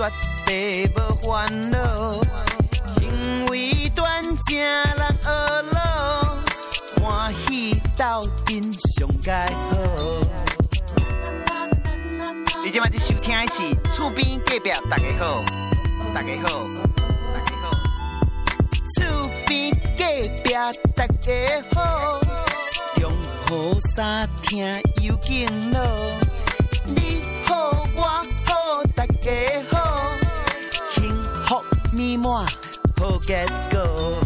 绝地无烦恼，行为端正人学老，欢喜斗阵上该好。你今摆在收听的是厝边隔壁大家好，大家好，大家好，厝边隔壁大家好，中好三听有敬老，你好我好大家好，幸福美满好结果。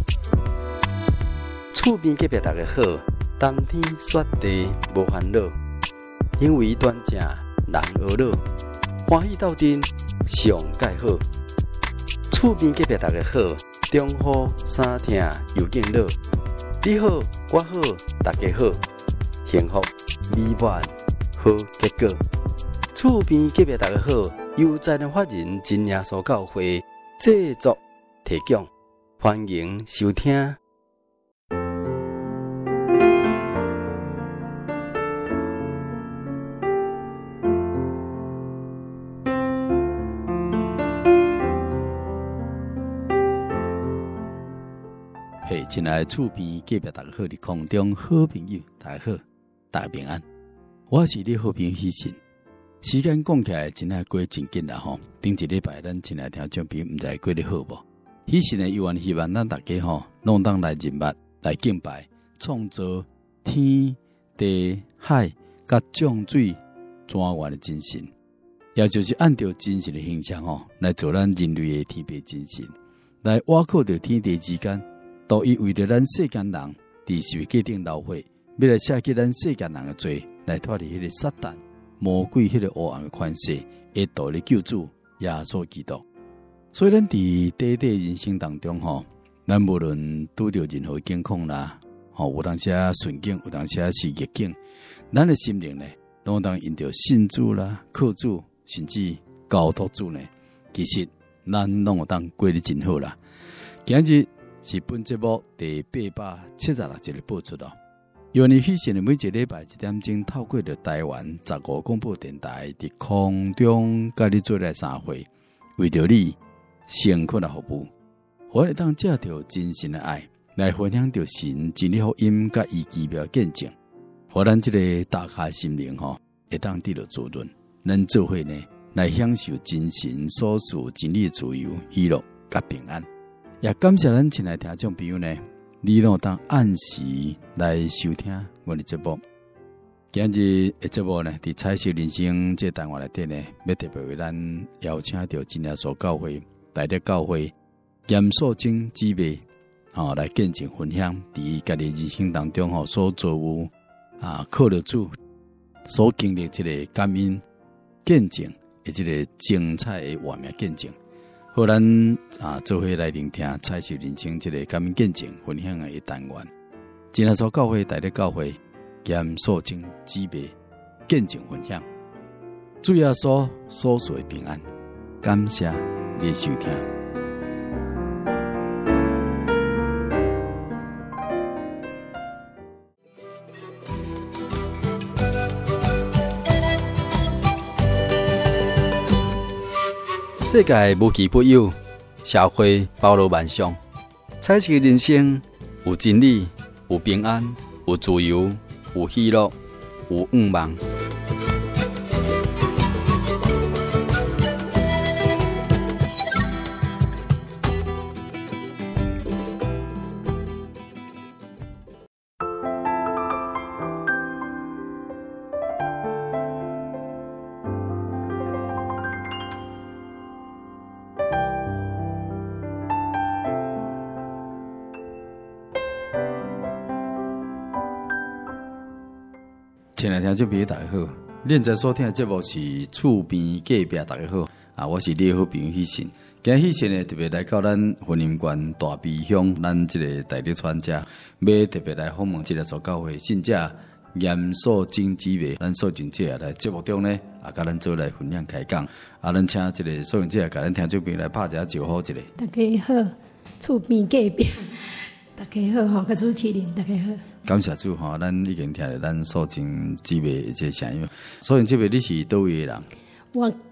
厝边隔壁大家好，冬天雪地无烦恼，行为端正人学老，欢喜斗阵上介好。厝边隔壁大家好，中好三听又敬老，你好我好大家好，幸福美满好结果。厝边隔壁大家好，由在人法人真耶稣教会制作提供，欢迎收听。亲爱的厝边隔壁大家好，伫空中好朋友大家好，大家平安。我是你好朋友喜信。时间讲起来真系过真紧啦吼。顶一礼拜咱亲爱听众朋友唔知过得好无？喜信呢，希望咱大家吼，拢当来认捌来敬拜，创造天地海甲降水全源的真神，也就是按照真神的形象吼，来做咱人类的天地真神，来挖靠着天地之间。都以为着咱世间人伫十字架顶流血，要来赦去咱世间人的罪，来脱离迄个撒旦、魔鬼迄个黑暗的权势，会道的救主耶稣基督。所以咱伫短短人生当中吼，咱无论拄着任何境况啦，有当时顺境，有当时是逆境，咱的心灵呢，拢当因着信主啦、靠主，甚至交托主呢，其实咱拢有当过得真好啦。今日是本节目第876集的播出咯。由于喜信的每一个礼拜1点钟，透过着台湾15广播电台伫空中甲你做来3会，为着你辛苦的服务，我会当借着真神的爱来分享着神真理福音甲伊奇妙见证，互咱这个打开心灵吼，会当得到滋润。咱做伙呢来享受真神所赐真理自由、喜乐甲平安。也感谢咱亲爱听众朋友呢，你拢当按时来收听我的节目。今日的节目呢，伫彩色人生这单元内底呢，要特别为咱邀请到真耶稣教会台北教会严肃正姊妹来见证分享伫家己人生当中所做有靠着主所经历这个感恩见证，以及这个精彩的画面见证。好，咱做伙来聆听彩色人生这个感恩见证分享的单元。真耶稣教会台北教会严肃正姊妹见证分享，主耶稣所赐的平安，感谢你的收听。世界无奇不有，社会包罗万象。彩色人生有真理，有平安，有自由，有喜乐，有愿望。亲爱的听众朋友大家好，恁在所听的节目是厝边隔壁大家好我是你的好朋友喜信。今日喜信呢特别来到咱云林县大鼻乡，咱这个大力传者要特别来访问这个所教会信者严肃正姊妹，咱所敬者来节目中呢甲咱做来分享开讲咱请这个所敬者甲咱听众朋友来拍一下招呼一下。 大家好，厝边隔壁大家好，甲主持人大家好。 感谢主咱已经听了咱所敬姊妹这声音。所敬姊妹，你是叨位的人？ 我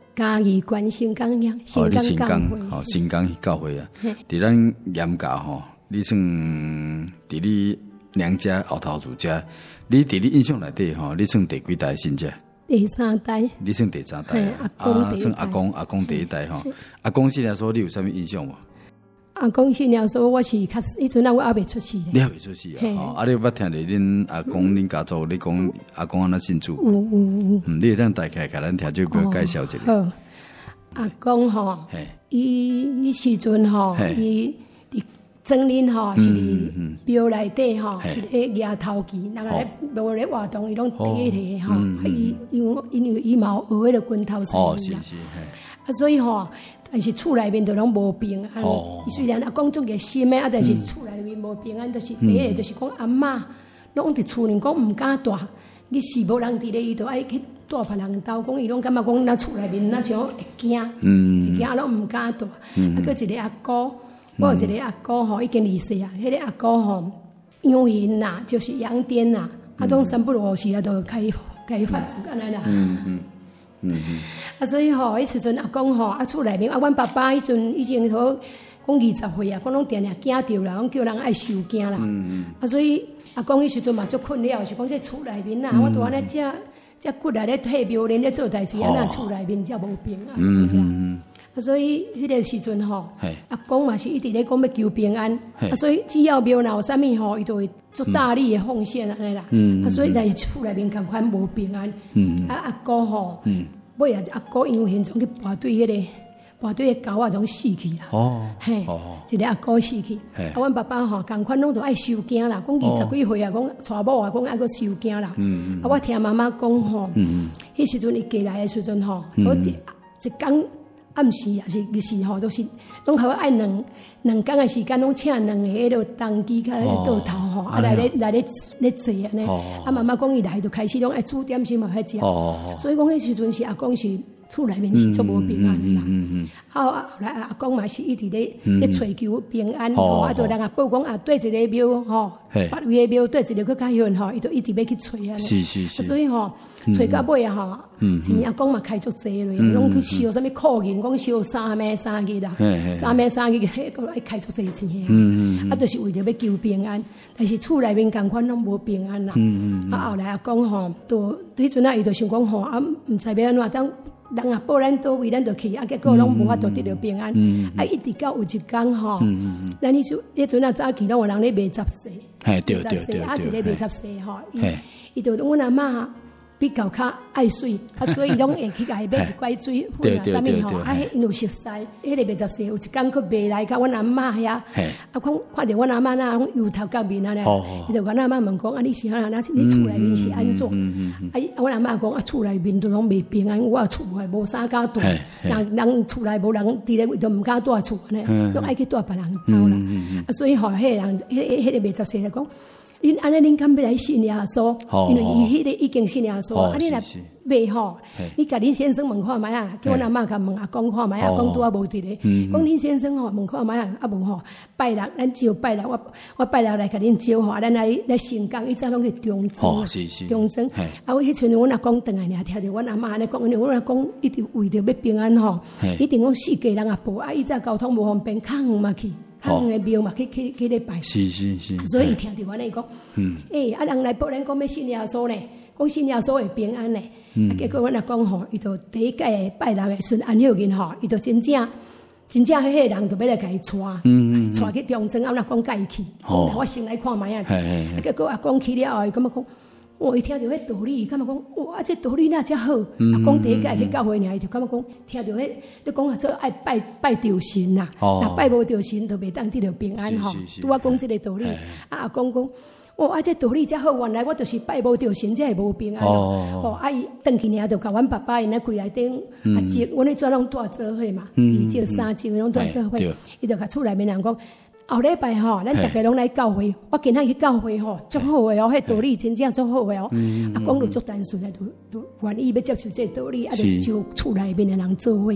嘉义关新港乡新港教会， 哦，新港教会啊，伫咱严家吼，你算伫你娘家后头住家，你伫你印象内底吼，你算第几代信者？ 第三代。 你算第三代啊？算阿公第一代吼。阿公死了说，你有啥物印象无？ 阿公死了说，我是迄阵我还未出世咧。 你还未出世啊？啊，你捌听着恁阿公、恁家族你讲阿公安那信主？ 有。 你会当大概甲咱听这个介绍一下。 好，阿公吼，伊时阵吼，伊伫庄林吼是伫庙内底吼，是咧举头旗，人个咧无咧活动，伊拢提提吼。伊因为伊嘛有学迄个拳头生意啦，啊，所以吼。但是厝内面就拢无平安。虽然阿公足热心的，但是厝内面无平安，就是第一个就是讲阿嬷拢伫厝里讲毋敢住，你是无人伫咧，伊就爱去住别人兜，讲伊拢感觉讲咱厝内面那像会惊，会惊拢毋敢住。啊，佫一个阿姑，我有一个阿姑吼，已经离世啊。迄个阿姑吼，养云啦，就是养癫啦，啊，拢三不五时啊，都开发出安尼啦。啊，所以吼，迄时阵阿公吼，啊，厝内面啊，阮爸爸迄阵已经好讲20岁啊，讲拢定定惊着啦，拢叫人爱受惊啦。啊，所以阿公迄时阵嘛足困扰，是讲这厝内面啊，我拄安尼遮骨来咧退庙咧咧做代志，啊，那厝内面才无平安。啊，所以迄个时阵吼，阿公嘛是一直咧讲要求平安，啊，所以只要庙若有啥物吼，伊就会做大力的奉献安尼啦。啊，所以但是厝内面共款无平安。啊，阿公吼。尾啊，阿姑因为现种去跋对迄个狗啊，种死去啦。嘿，一个阿姑死去。啊，阮爸爸吼，共款拢都爱受惊啦。讲20几岁啊，讲娶某啊，讲爱个受惊啦。啊，我听妈妈讲吼，迄时阵伊过来的时阵吼，所以一工暗时也是日时吼，都是拢互爱两工的时间，拢请两个迄个当机甲倒头吼，啊来咧坐安尼。啊，妈妈讲伊来就开始拢爱煮点心嘛，爱食。所以讲迄时阵是阿公是厝内面是足无平安的啦。啊，后来阿公嘛是一直咧追求平安，啊，就人也报讲啊，对一个庙吼，别位的庙对一个更较远吼，伊就一直要去找啊。是。所以吼，找到尾啊吼，钱阿公嘛开足济咧，拢去烧啥物苦银，讲烧3暝3日啦，3暝3日个爱开足济钱啊。啊，就是为着要求平安，但是厝内面共款拢无平安啦。啊，后来阿公吼，就迄阵啊，伊就想讲吼，啊，毋知要安怎当。人也报咱倒位，咱就去，啊，结果拢无法度得到平安。啊，一直到有一天吼，咱迄阵啊早起拢有人咧卖杂碎， 对， 啊，一个卖杂碎吼，伊就阮阿嬷比较较爱水，啊，所以拢会去甲伊买一罐水粉啊，啥物吼，啊，因有熟悉，迄个卖杂碎有一工去卖来，甲阮阿嬷遐，啊，看着阮阿嬷那油头甲面啊咧，伊就阮阿嬷问讲，啊，你是安那？你厝内面是安怎？啊，阮阿嬷讲啊，厝内面都拢袂平安，我厝内无啥敢住，人厝内无人伫咧，就毋敢住厝安尼，拢爱去住别人兜啦。啊，所以吼，迄个人，迄个卖杂碎就讲。恁安尼，恁敢要来信耶稣？因为伊迄个已经信耶稣，啊，恁来买吼，你甲恁先生问看卖啊，叫阮阿嬷甲问阿公看卖啊，公拄啊无伫咧，讲恁先生吼问看卖啊，啊无吼，拜六咱只有拜六，我拜六来甲恁招吼，咱来成功，伊早拢去中正，中正。啊，我迄阵阮阿公转来尔，听着阮阿嬷安尼讲，因为阮阿公一直为着要平安吼，一定讲四家人也报，啊，伊早交通无方便，较远嘛去。较远的庙嘛，去咧拜。是。所以伊听着阮尼讲，啊人来报咱讲要信耶稣呢，讲信耶稣会平安呢。结果阮阿公吼，伊就第一届拜六的顺安孝人吼，伊就真正迄个人就要来甲伊带去中正，啊，阿公介去，我先来看卖啊。结果阿公去了后，伊感觉讲。伊听到迄道理，伊感觉讲，哇，这道理哪遮好？阿公第一届去教会尔，伊就感觉讲，听到迄，你讲啊，做爱拜着神啦，若拜无着神，就袂当得到平安吼。拄我讲这个道理，阿公讲，哇，这道理遮好，原来我就是拜无着神，才会无平安咯。啊，伊转去尔就甲阮爸爸因咧柜内顶啊，即阮咧怎拢住做伙嘛，伊即3集拢住做伙，伊就甲厝内面人讲。后礼拜吼，咱大家拢来教会，我今仔去教会吼，足好诶哦，迄道理真正足好诶哦。啊，讲就足单纯诶，就愿意要接受这道理，啊，就厝内面诶人做伙。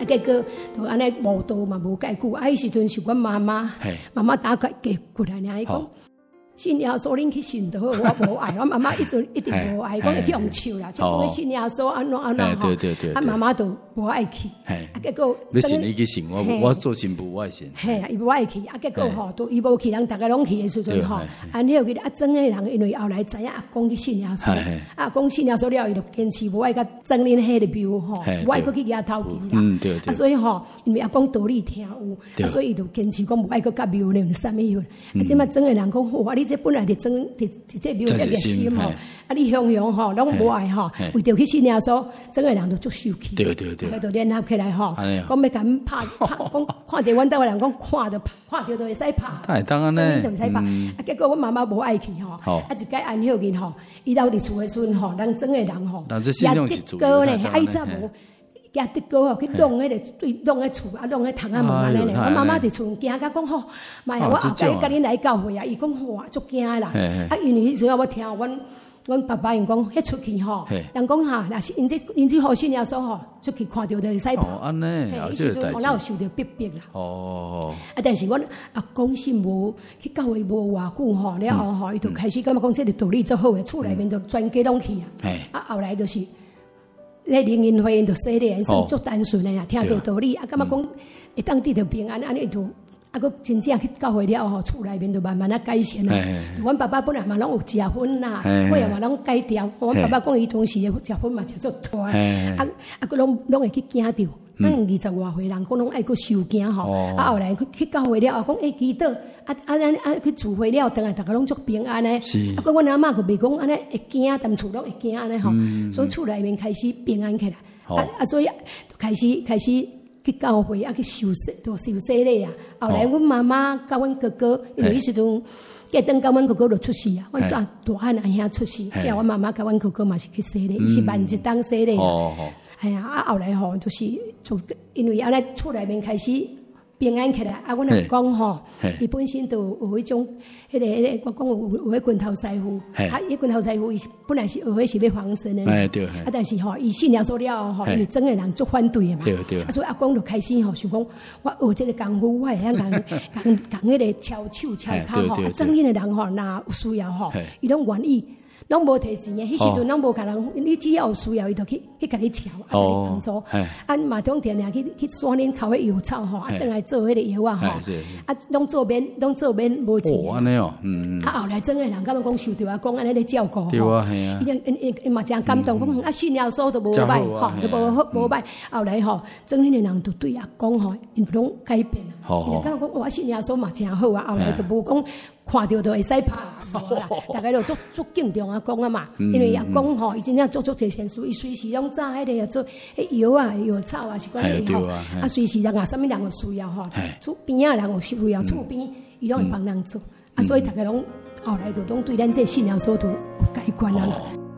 结果就安尼无道嘛，无介久。迄时阵是阮妈妈打过来尔，伊讲。信耶稣，恁去信就好。我无爱，我妈妈一直无爱，讲会去用笑啦，就讲信耶稣安怎吼。对。妈妈都无爱去。结果你信你去信，我做新妇我爱信。 伊无爱去，结果吼，都伊无去，人大家拢去的时阵吼，安迄个整个人，因为后来知影阿公去信耶稣，阿公信耶稣了，伊就坚持无爱甲整恁迄个庙吼，无爱去举头旗啦。对。所以吼，因为阿公道理听有，所以伊就坚持讲无爱去甲庙呢，啥物样？即摆整个人讲，哇！你这本来伫这庙这热心吼，你向吼拢无爱吼，为着去信耶稣，整个人都足受气。对。大家都联合起来吼，讲要甲阮拍，讲看着阮兜个人讲看着就会使拍。 太当安尼， 就会使拍。结果阮妈妈无爱去吼，一届安孝人吼，伊留伫厝诶时阵吼，人整个人吼，也得高呢，伊早无。也得过吼，去弄迄个对弄迄厝啊，弄迄窗啊门安尼咧。我妈妈伫厝惊甲讲吼，妈呀！我后摆甲恁来教会啊，伊讲哇，足惊啦。因为迄时候我听阮爸爸因讲，迄出去吼，人讲哈，若是因这好信耶稣吼，出去看到就会使跑。 安尼， 迄时阵我哪有受到逼迫啦。但是阮阿公是无去教会无偌久吼，了后吼，伊就开始感觉讲这个道理足好诶，厝内面就全家拢去啊。后来就是。咧灵恩会因就说咧，算足单纯诶呀，听到道理，感觉讲会当得到平安，安尼就佫真正去教会了吼，厝内面就慢慢改善啦。阮爸爸本来嘛拢有食薰啦，我也嘛拢改掉。阮爸爸讲伊当时诶食薰嘛食足多，佫拢会去惊着。20外岁人，讲拢爱佫受惊吼。后来去教会了，讲祈祷，去聚会了，当然大家拢足平安诶。佫阮阿嬷佫袂讲安尼会惊，但厝拢会惊安尼吼。所以厝内面开始平安起来。所以开始去教会去受洗礼啊。后来阮妈妈甲阮哥哥，因为迄时阵隔顿甲阮哥哥就出世啊，阮大汉阿兄出世，然后阮妈妈甲阮哥哥嘛是去洗礼，伊是万一当洗礼啊。后来吼，就是因为安尼厝内面开始平安起来。阮阿公吼，伊本身就有迄种，迄个我讲有迄拳头师傅，迄拳头师傅伊本来是学迄是要防身的，但是吼，伊信耶稣了吼，因为整个人足反对的嘛，所以阿公就开始吼想讲，我学这个功夫，我会晓讲迄个敲手敲骹吼，整个人吼，若有需要吼，伊拢愿意。拢无摕钱诶，迄时阵拢无甲人，你只要有需要，伊就去甲你敲，甲你帮助。马桶田去山林口诶药草吼，等来做迄个药啊吼，拢做免无钱。 安尼哦， 后来整个人感觉讲受到阿公安尼咧照顾， 对啊，系啊， 伊嘛真感动，讲信耶稣都无歹吼，都无歹。后来吼，整个人都对阿公吼，因拢改变啊。因为感觉讲我信耶稣嘛真好啊，后来就无讲看到就会使拍。大家就足敬重阿公啊嘛，因为阿公吼，伊真正做侪善事，伊随时拢早迄个做药啊、药草啊，是讲迄吼，随时人啊，啥物人有需要吼，厝边啊人有需要，厝边伊拢会帮人做，所以大家拢后来就拢对咱这信仰所都有改观啊。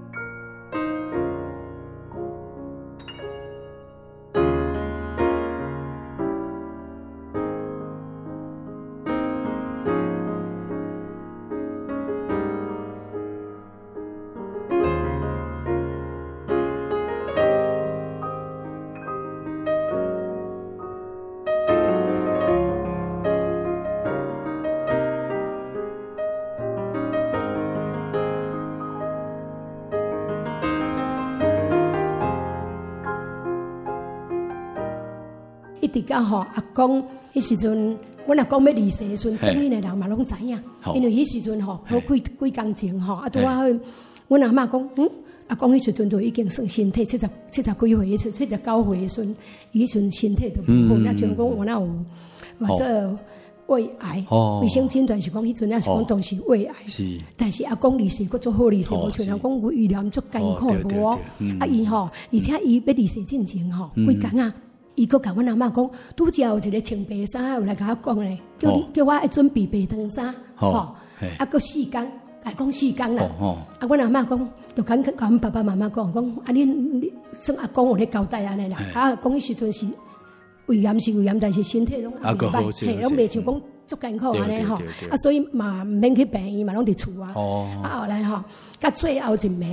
直到吼阿公迄时阵，阮阿公要离世时阵，整年的人嘛拢知影，因为迄时阵吼好几工前吼，拄啊，阮阿嬷讲，阿公迄时阵就已经算身体70几岁迄时，79岁迄时，伊迄阵身体都无好，那像讲我那有或者胃癌，卫生诊断是讲迄阵也是讲当时胃癌，但是阿公离世佫足好离世，无像人讲胃炎足艰苦无，伊吼，而且伊要离世之前吼，几工啊。伊佫甲阮阿嬷讲，拄则有一个穿白衫，有来甲我讲咧，叫我爱准备白长衫，佫4工，来讲4工啦。阮阿嬷讲，就甲阮爸爸妈妈讲，恁算阿公有咧交代安尼啦。讲迄时阵是胃炎是胃炎，但是身体拢袂歹，拢袂像讲足艰苦安尼吼。所以嘛毋免去病院嘛，拢伫厝啊。后来吼，甲最后一暝。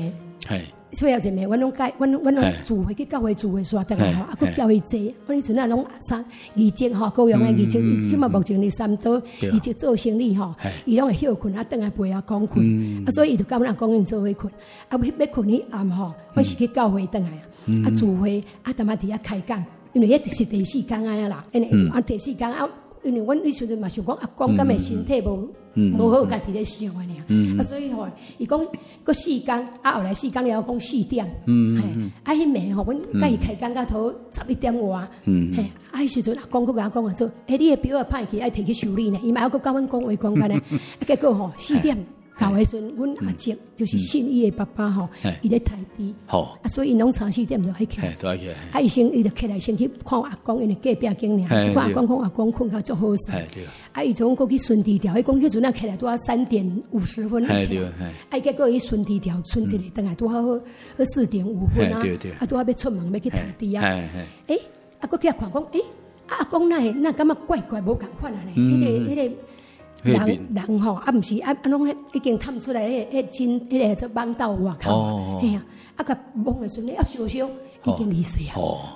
所以有一暝，阮拢改，阮拢聚会去教会聚会煞倒来吼，啊，佫教伊坐。阮迄阵啊，拢啥义职吼，高阳诶义职，即嘛目前伫三岛义职做生理吼，伊拢会休困啊，倒来陪阿公困，啊，所以伊就甲阮阿公因做伙困，啊，要困迄暗吼，阮是去教会倒来啊，聚会啊，淡仔伫遐开讲，因为迄是第4天啊啦，因为啊第4天啊，因为阮迄时阵嘛想讲阿公敢会身体无好，家己咧想安尼啊，所以吼，伊讲佫4天，啊后来4天了，讲4点，啊迄暝吼，阮甲伊开讲到头11点外，嘿，啊迄时阵阿公佫甲我讲啊，做，你诶表啊歹去，爱摕去修理呢，伊嘛还佫甲阮讲话讲安尼，结果吼4点。到诶时阵，阮阿叔就是信伊诶爸爸吼，伊咧抬猪，啊，所以因拢3、4点就爱起来，啊，伊就起来先去看阿公，因为隔壁间尔，去看阿公，讲阿公困较足好势，啊，伊从过去顺地调，伊讲迄阵啊起来拄啊3点50分，啊，结果伊顺地调剩一个，等下拄好4点5分啊，啊，拄好要出门要去抬猪啊，诶，啊，佫去看讲，诶，阿公那感觉怪怪无共款啊咧，迄个。人吼，啊，毋是啊，拢已经探出来，迄真，迄个做网斗外口，嘿啊，啊，甲摸诶时阵，啊，烧已经离世啊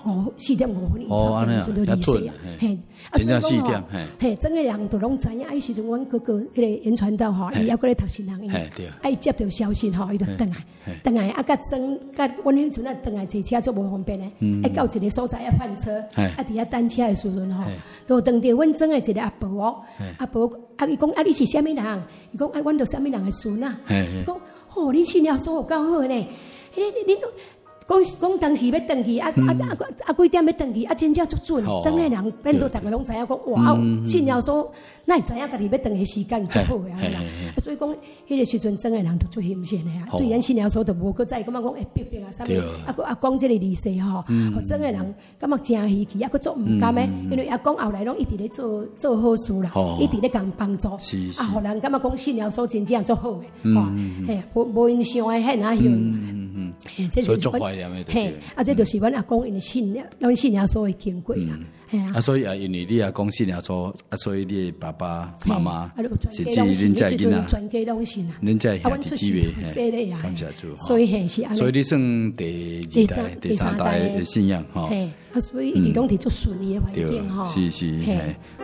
，4点5分，伊时阵就离世啊，嘿， 真正4点， 嘿，整个人都拢知影，迄时阵阮哥哥迄个演传道吼，伊还佫咧读新人院，啊，伊接到消息吼，伊就转来，啊，甲阮迄阵啊，转来坐车做无方便诶，到一个所在要换车，啊，伫遐等车诶时阵吼，就当着阮庄诶一个阿婆哦，阿婆。啊！伊讲啊，你是虾米人？伊讲啊，阮着虾米人诶孙啊？伊讲，哦，你信了所有够好呢。恁讲当时要转去，啊几点要转去？啊，真正足准。真诶人变做逐个拢知影讲，哇！信了所，哪会知影家己要转诶时间足好诶啊？所以讲，迄个时阵真诶人都足欣羡诶啊。对咱信了所就无搁再感觉讲会逼啊啥物。啊讲即个离世吼，真诶人感觉真稀奇，啊，佫足毋甘诶，因为阿公后来拢一直咧做好事啦，一直咧共帮助，啊，互人感觉讲信了所真正足好诶，吼，嘿，无因想诶遐哪样， 这是嘿，啊，这就是阮阿公因的信仰，阮信仰所诶经过啦，系啊。 啊，所以啊，因为你阿公信仰所，啊，所以你爸爸妈妈甚至恁在囡仔， 全家拢信啊。 恁在兄弟姊妹，感谢主， 所以系是安尼。 所以你算第2代、第3代的信仰吼。 嘿，啊，所以一直拢伫做顺利的环境吼。 是，嘿。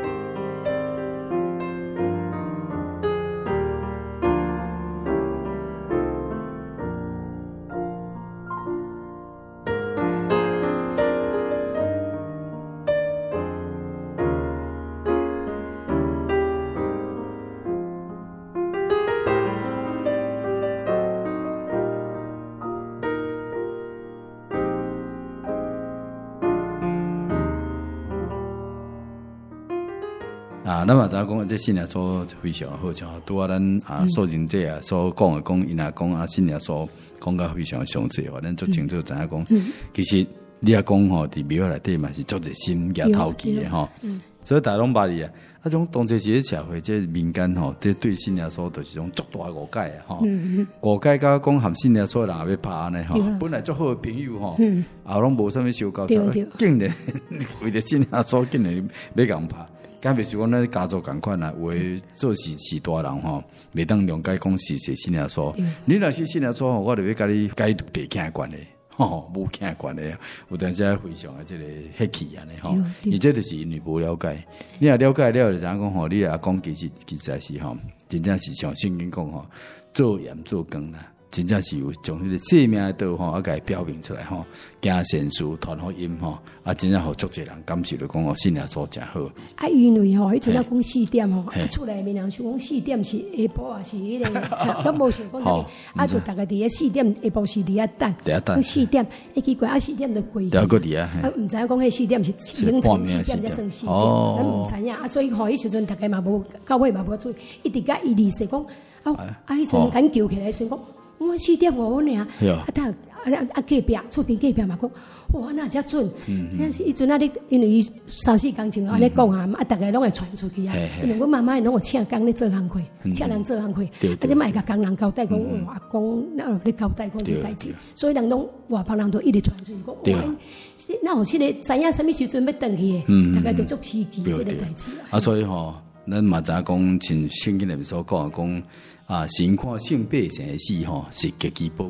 啊，咱嘛知影讲，这信仰所非常好，像拄啊咱受刑者啊所讲的讲，因阿公啊信仰所讲甲非常详细话，咱足清楚知影讲，其实你阿公吼伫庙内底嘛是足热心举头记的吼，所以大家拢捌伊啊。啊，种当时一个社会，这民间吼，这对信仰所就是种足大误解啊吼，误解甲讲含信仰所人也要拍安尼吼，本来足好的朋友吼，后拢无啥物相交，竟然为着信仰所竟然要共拍。敢袂是讲咱家族共款啊，有诶做事大人吼，袂当谅解讲事实信仰所。你若是信仰所吼，我就要甲你解白囝关的，吼，无囝关的，有阵时非常诶，即个客气安尼吼。而这就是因为无了解，你若了解了，就知影讲吼，你阿公其实是吼，真正是像圣经讲吼，做盐做光啦。真正是有将迄个生命的道吼，甲伊表明出来吼，行善事传福音吼，啊，真正互足侪人感受到讲哦，信仰所真好。 啊，因为吼，迄阵啊讲4点吼，啊厝内面人想讲4点是下晡啊，是迄个，我无想讲啥物，啊就大概伫遐4点下晡是伫遐等，讲4点，奇怪啊4点就过去， 啊，伫啊， 毋知影讲迄4点是凌晨4点才算4點，咱毋知影啊，所以吼，迄时阵大家嘛无到尾嘛无注意，一直甲伊离世讲，迄阵敢叫起来先讲。我4点5分尔，隔壁厝边隔壁嘛讲，哇，那遮准，但是伊阵啊，你因为伊3、4工前安尼讲啊，逐个拢会传出去啊。因为阮妈妈拢有请工咧做工课，请人做工课，啊，你嘛会甲工人交代讲，阿公那咧交代讲这代志，所以人拢外邦人都一直传出去讲，哇，那有个知影啥物时阵要转去的，大概就足稀奇这个代志啊。所以吼，咱嘛知影讲，像圣经里面所讲讲。啊，神看圣百姓的死吼，是极其宝贵的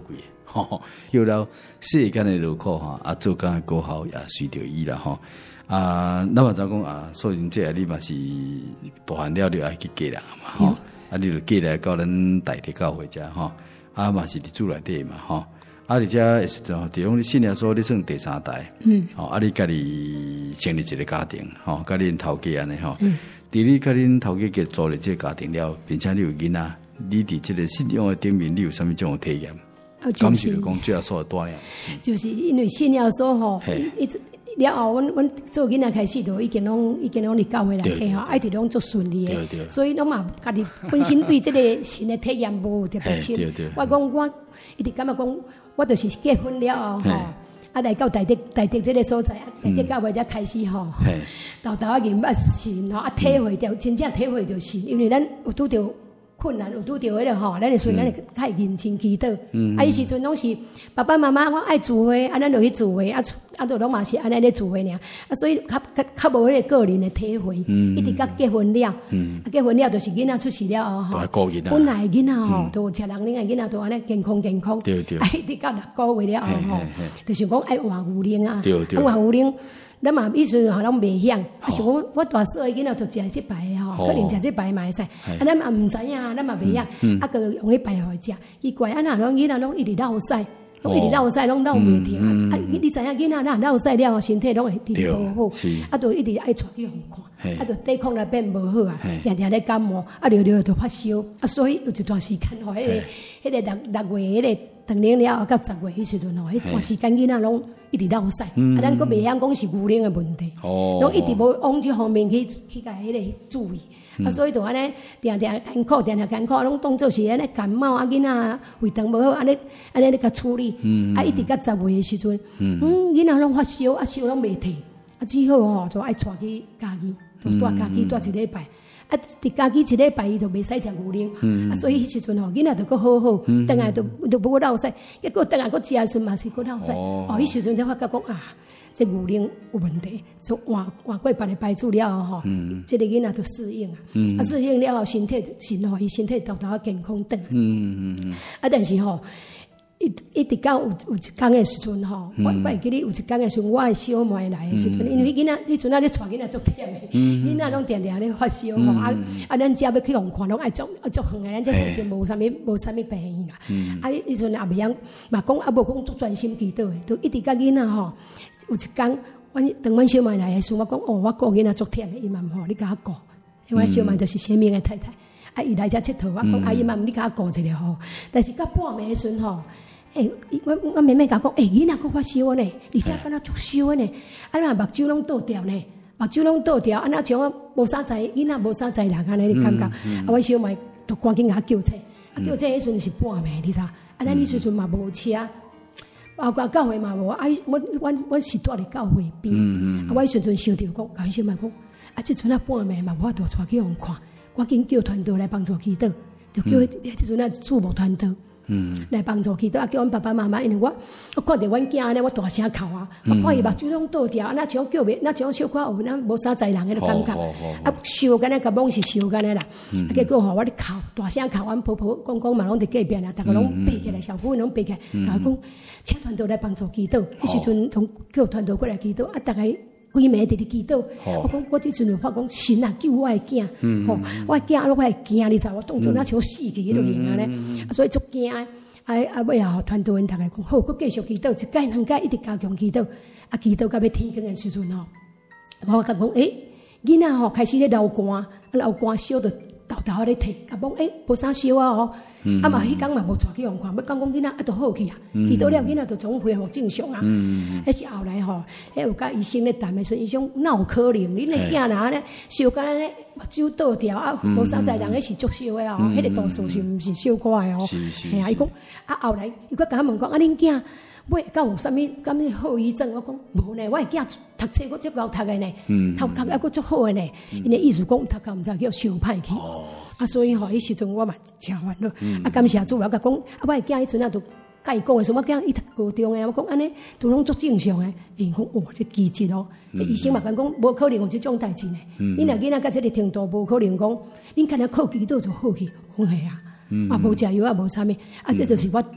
叫了世间的劳苦哈，做工的果效也随着伊啦吼。咱嘛知讲所以这你嘛是大汉了爱去嫁人嘛吼。你就嫁来到咱大地教会遮吼，嘛是伫厝内底嘛吼。而且伫种信仰说你算第三代，你家己成立一个家庭，甲恁头家安尼吼。伫你甲恁头家结组了这个家庭了，并且你有囡仔，你伫这个信仰的顶面，你有啥物种体验？感受就讲最后所锻炼， 就是因为信仰所吼，了后，阮做囡仔开始就已经拢伫教会内底吼，一直拢做顺利的，所以拢嘛家己本身对这个神的体验无特别深。我讲我一直感觉讲，我就是结婚了后吼，来到大地这个所在，大地教会才开始吼，豆豆认捌神吼，体会到真正体会到神，因为咱有拄着困难，有拄着迄个吼，咱所以咱会较认真祈祷。伊时阵拢是爸爸妈妈我爱聚会，咱就去聚会，就拢嘛是安尼咧聚会尔。所以较无迄个个人的体会，一直到结婚了，结婚了就是囡仔出世了后吼，本来囡仔吼都食人恁个囡仔都安尼健康，一直到6个月了后吼，就想讲爱换牛奶啊，换牛奶。咱嘛意思吼，拢袂晓，想讲我大嫂的囡仔就食即排的吼，可能食即排嘛会使，咱嘛毋知影，咱嘛袂晓，个用迄排互伊食，奇怪，拢囡仔拢一直落屎，拢一直落屎，拢落袂停，你知影囡仔若落屎了，身体拢会一直无好，就一直爱带去互看，就抵抗力变无好啊，定咧感冒，溜就发烧，所以有一段时间吼，迄个6月迄个当年了后到10月迄时阵吼，迄段时间囡仔拢一直落屎，咱佫袂晓讲是牛奶的问题，拢一直无往这方面去甲迄个注意，所以就安尼定艰苦，拢当作是安尼感冒囡仔胃肠无好，安尼咧甲处理，一直到10月的时阵，囡仔拢发烧，烧拢袂退，只好吼就爱带去家己，就带家己带一礼拜。伫家己一礼拜伊就袂使食牛奶，所以迄时阵吼囡仔就佫好好，等下就无落屎，结果等下佫食的时嘛是佫落屎，迄时阵才发觉讲这牛奶有问题，就换过别个牌子了后吼，这个囡仔就适应适应了后身体神吼伊身体豆豆健康转来，但是吼。一直到有一天的时阵吼，我会记得有一天的时阵，我的小妹来的时阵，因为囡仔迄阵咧带囡仔足忝的，囡仔拢定咧发烧吼，咱只要去互看，拢爱足远的，咱这附近无啥物病院啦。迄阵也袂晓，嘛讲无讲足专心祈祷的，就一直到囡仔吼，有一天，当阮小妹来的时候，我讲我顾囡仔足忝的，伊嘛毋好你甲我顾，因为小妹就是生命的太太，伊来遮佚佗，我讲伊嘛毋你甲我顾一下吼，但是到半暝的时阵吼。我妹妹甲讲，囡仔佫发烧呢，而且敢若足烧呢，目睭拢倒掉呢，安那像无啥在，囡仔无啥在人安尼你感觉，阮小妹就赶紧甲叫车，叫车迄阵是半暝，你知？咱迄时阵嘛无车，包括教会嘛无，我是住伫教会边，我迄时阵想着讲，甲小妹讲，即阵半暝嘛无法度带去互看，赶紧叫团队来帮助祈祷，就叫即阵注目团队。来帮助祈祷，叫阮爸爸妈妈，因为我看到阮囝安尼，我大声哭我看伊目睭拢倒掉，那像叫袂，那像小可有无啥在人迄个感觉，烧干那甲拢是烧干那啦，结果吼我咧哭，大声哭，阮婆婆公公嘛拢伫隔壁啦，大家拢爬起来，小姑拢爬起来，讲请团队来帮助祈祷，迄时阵从叫团队过来祈祷，大家。规暝伫咧祈祷，我讲我即阵就发讲神啊救我的囝，我的囝我会惊，你知我当作那像死去迄落样安尼，所以足惊。尾后团队因大家讲好，佫继续祈祷，一届两届一直加强祈祷，祈祷到要天光的时阵吼，我甲讲囡仔吼开始咧流汗烧着豆咧摕，甲讲无啥烧嘛迄天嘛无带去互看，要讲囡仔就好去祈祷了囡仔就总恢复正常迄是后来吼，有甲医生咧谈的时候，医生哪有可能？恁的囝若安尼烧干咧目睭倒掉无啥在人，迄是足烧的迄个度数是毋是小可的伊讲后来伊佫甲我问讲恁囝。尾敢有啥物后遗症？我讲无呢，我的囝读册佫足够读的呢，读还佫足好的呢。因为意思讲读到毋知叫烧歹去，所以吼，迄时阵我嘛真烦恼。感谢主，我甲讲，我的囝迄阵就甲伊讲的时候，我囝伊读高中的，我讲安尼都拢足正常的。伊讲这奇迹哦，医生嘛讲无可能有这种代志呢。恁若囡仔到这个程度，无可能讲恁敢若靠祈祷就好去，讲系无食药无啥物，这就是我。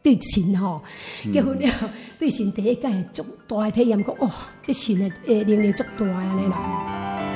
对神吼，结婚了对神第一届足大的体验，讲哦，这神的能力足大安尼啦。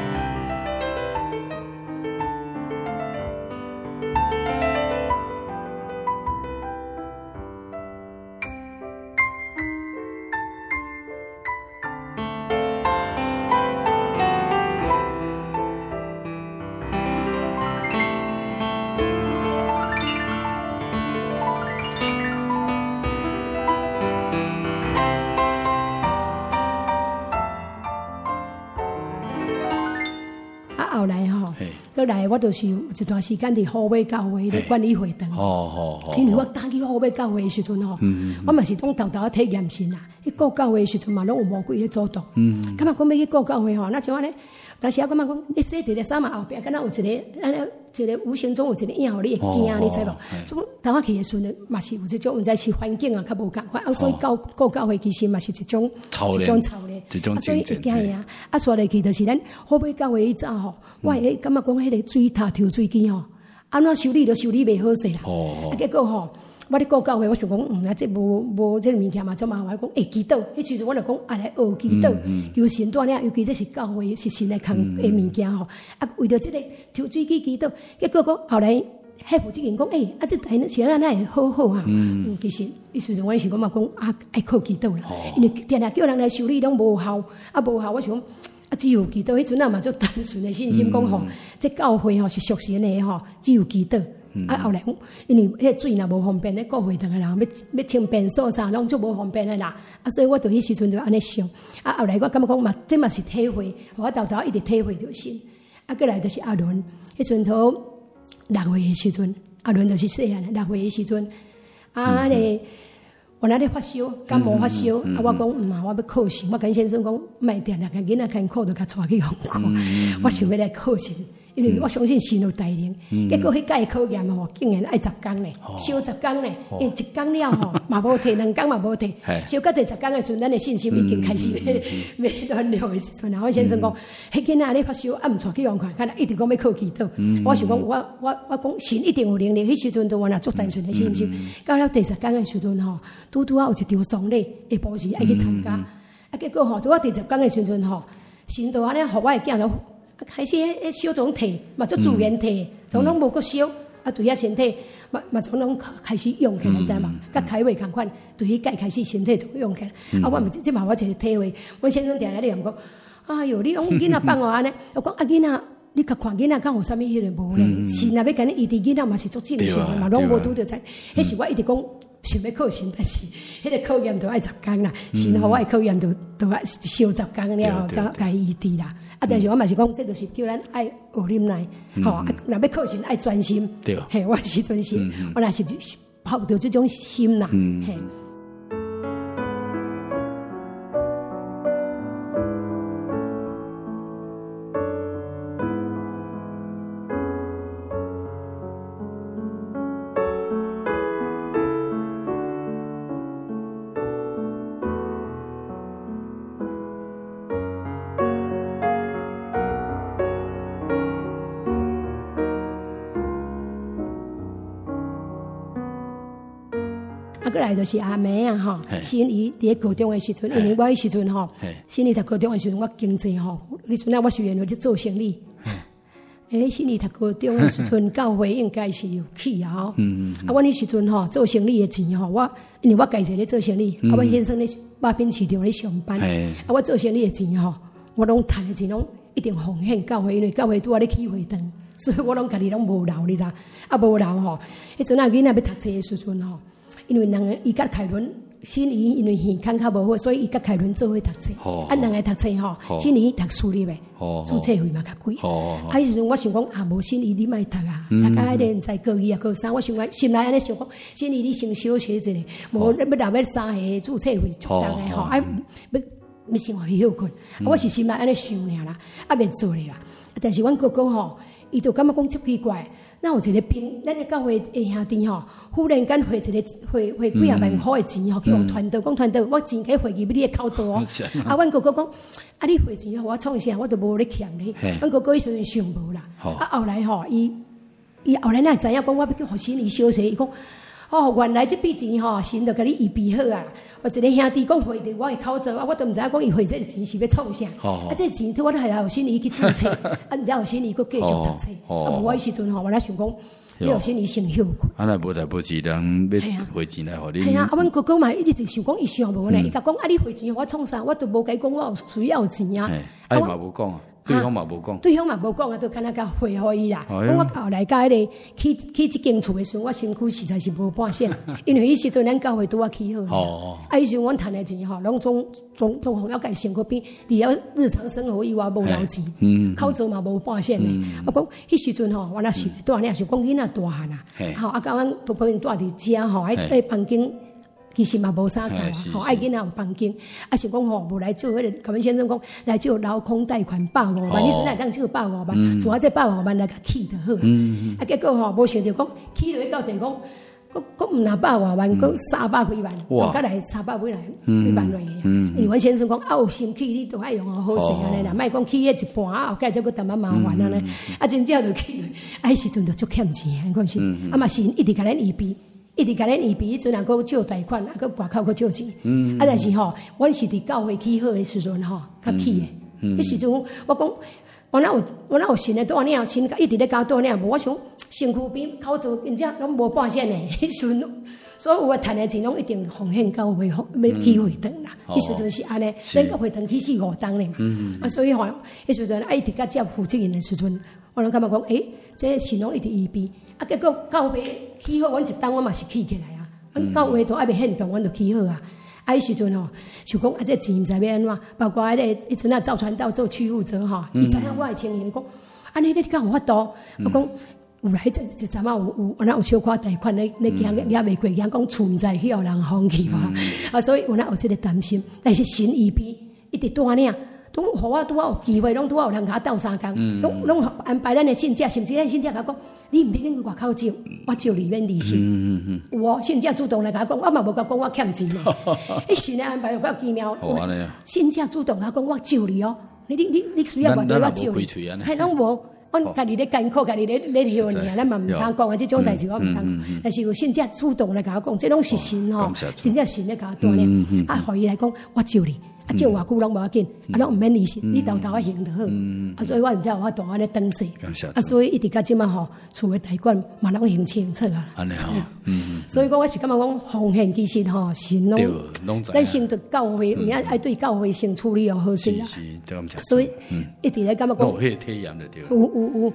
后来吼，过来我就是有一段时间伫虎尾教会咧管理会堂。因为我打去虎尾教会的时阵吼，我嘛是拢偷偷体验神啦。去顾教会的时阵嘛，拢有魔鬼咧阻挡。感觉讲要去顾教会吼，那像安尼，但是我感觉讲，你洗一个衫嘛后壁，敢若有一个无形中有一个影，你会惊，你知无？所以头我去的时阵嘛是有一种，毋知是环境啊，较无共款。所以顾教会其实嘛是一种操练，所以会惊呀。刷落去就是咱虎尾教会迄早吼，我会感觉讲迄个水塔抽水机吼，安怎修理都修理袂好势啦。结果吼。我咧顾教会，我想讲，这无这个物件嘛，做麻烦。讲祈祷，迄时阵我就讲来学祈祷，求神带领，尤其这是教会是神来扛的物件吼。为着这个抽水机祈祷，结果讲后来迄负责人讲，这台是安尼会好啊。其实迄时阵我是感觉讲爱靠祈祷啦，因为定定叫人来修理拢无效，无效，我想只有祈祷。迄阵嘛做单纯的信心，讲吼，这教会吼是属神的吼，只有祈祷。后来，因为迄个水若无方便，咧顾会堂的人要清便所啥，拢足无方便的啦。所以我对迄时阵就安尼想。后来我感觉讲嘛，这嘛是体会，我豆豆一直体会着神。过来就是阿伦，迄阵从6岁的时阵，阿伦就是细汉6岁的时阵，我那咧发烧，感冒发烧，我讲我要考试，我跟先生讲，卖定定个囡仔艰苦，就甲带去学考。我想要来考试。因为我相信神有带领，结果迄届考验吼，竟然爱10天呢，烧10天呢，因为1天了吼，嘛无摕，2天嘛无摕，烧到第10天的时阵，咱的信心已经开始要软弱的时阵。然后先生讲，迄囡仔咧发烧，毋带去用看，看一直讲要考祈祷。我想讲，我讲神一定有能力。迄时阵对我若做单纯的信心。到了第10天的时阵吼，拄有一场丧礼，下晡时爱去参加。结果吼，到我第10天的时阵吼，神就安尼，互我的囝开始烧种摕，嘛做自然摕，从拢无搁烧，对遐身体嘛从拢开始用起来，知嘛？甲开胃共款，对迄届开始身体就用起来。我嘛即嘛我一个体会，阮先生定定咧讲，哎哟，你拢囡仔放我安尼，我讲囡仔，你甲看囡仔敢有啥物迄个无咧？是若要甲你医治囡仔嘛是足正常的嘛，拢无拄着在。迄是我一直讲。想要考神，但是迄个考验都爱10天啦。神互我的考验都爱烧10天了后，才该医治啦。但是我嘛是讲，这就是叫咱爱学忍耐，吼。若要考神，爱专心。嘿，我是专心，我若是抱着这种心啦。嘿。过来就是阿妹啊吼，新姨伫高中的时阵，因为我迄时阵吼，新姨读高中的时阵，我经济吼，迄阵我虽然去做生意，新姨读高中的时阵，教会应该是有起啊。我迄时阵吼做生意的钱吼，因为我家己咧做生意，我先生咧马滨市场咧上班，我做生意的钱吼，我拢赚的钱拢一定奉献教会，因为教会拄啊咧起会堂，所以我拢家己拢无留，你知？无留吼，迄阵囡仔要读册的时阵吼。因为人伊甲凯伦新姨因为耳康较无好，所以伊甲凯伦做伙读册。人来读册吼，新姨读私立的，注册费嘛较贵。迄时阵我想讲无新姨你莫读啊，读到迄个毋知高2啊高3，我想讲心内安尼想讲，新姨你先小学一下，无要留要3下注册费足重的吼，要生活休困。我是心内安尼想尔啦，免做咧啦。但是阮哥哥吼，伊就感觉讲足奇怪。那有一个咱的教会的兄弟吼，忽然间汇几啊万块的钱吼，去用团队讲团队，我钱给汇去你的口做哦。阮哥哥讲，你汇钱互我创啥，我都无咧欠你。阮哥哥迄时阵想无啦。后来吼，伊后来哪知影讲我要叫互新姨小息，伊讲原来这笔钱神就甲你预备好啊。我一个兄弟讲汇伫我的口座，我都毋知影讲伊汇这个钱是要创啥。这钱我都还有心意去注册，了后心意佫继续读册。无我迄时阵我咧想讲。你有心理先休困， 啊！那无代无志，人要汇钱来互你。 系啊，阮哥哥嘛一直想讲，伊想无呢，伊甲讲啊，你汇钱互我创啥？我都无甲伊讲，我有需要钱啊。 哎嘛无讲啊，对方嘛无讲， 对方嘛无讲啊，都敢若甲汇互伊啦。我后来甲迄个去即间厝的时候，我身躯实在是无半线，因为迄时阵咱教会拄啊起好。啊，迄时阵阮趁的钱拢总互要甲身躯边，除了日常生活以外无留钱，口座嘛无半线的。我讲迄时阵我若是大领，想讲囡仔大汉啊，啊，甲阮婆婆因住伫遮迄房间。其实嘛无啥够，爱囡仔有房间，啊想讲无来做迄个，甲阮先生讲来做劳空贷款150万，你现在当做150万，做这150万来甲起就好。啊结果无想着讲起落去到地讲，佫毋拿100多万，佫300几万，甲来300几万落去。因为阮先生讲有心起你都爱用好势安尼啦，莫讲起迄一半后盖再佫淡仔麻烦安尼。啊真正就起，啊迄时阵就足欠钱，可是啊嘛是一直甲咱预备。一直甲咱预备，迄阵也佫借贷款，也佫外口佫借钱。啊，但是阮是伫教会起好的时阵较起的。迄时阵我讲，我哪有神的带领，神一直咧教带领，无我想身躯边口座人家拢无半线的。迄时阵，所有的赚的钱拢一定奉献教会，要起会堂啦。迄时阵是安尼，咱教会堂起4、5档咧嘛。啊，所以迄时阵一直甲接负责任的时阵，我拢感觉讲，这神拢一直预备。啊，结果教会起好，阮一档我嘛是起起来啊。阮教会都还未献动，阮就起好啊。啊，迄时阵想讲这钱毋知要安怎，包括迄阵赵传道做区负责伊知影我的情形，讲安尼你敢有法度？我讲有来一阵仔有小可贷款咧行掠袂过，讲厝毋知去互人放弃嘛。啊，所以有这个担心，但是神预备一直带领。拢互我拄啊有机会，拢拄啊有人甲我斗相共，拢安排咱的信者，甚至咱信者甲讲，你毋必去外口借，我借你免利息。有信者主动来甲我讲，我嘛无甲讲我欠钱咧。迄神的安排又较奇妙，信者主动甲讲，我借你哦，你需要偌济我借你。嘿，拢无，阮家己咧艰苦，家己咧休尔，咱嘛毋通讲啊，即种代志我毋通讲。但是有信者主动来甲我讲，这拢是神真正神咧甲我带领，啊，互伊来讲，我借你。啊，借偌久拢无要紧，啊，拢毋免利息，你偷偷啊行就好。啊，所以我毋知有法度安尼等势。啊，所以一直到即满厝的贷款嘛拢行清楚啊。安尼所以讲我是感觉讲奉献其实神拢，咱先对教会，有影爱对教会先处理好势啦。所以一直咧感觉讲， 有迄个体验就对。 有。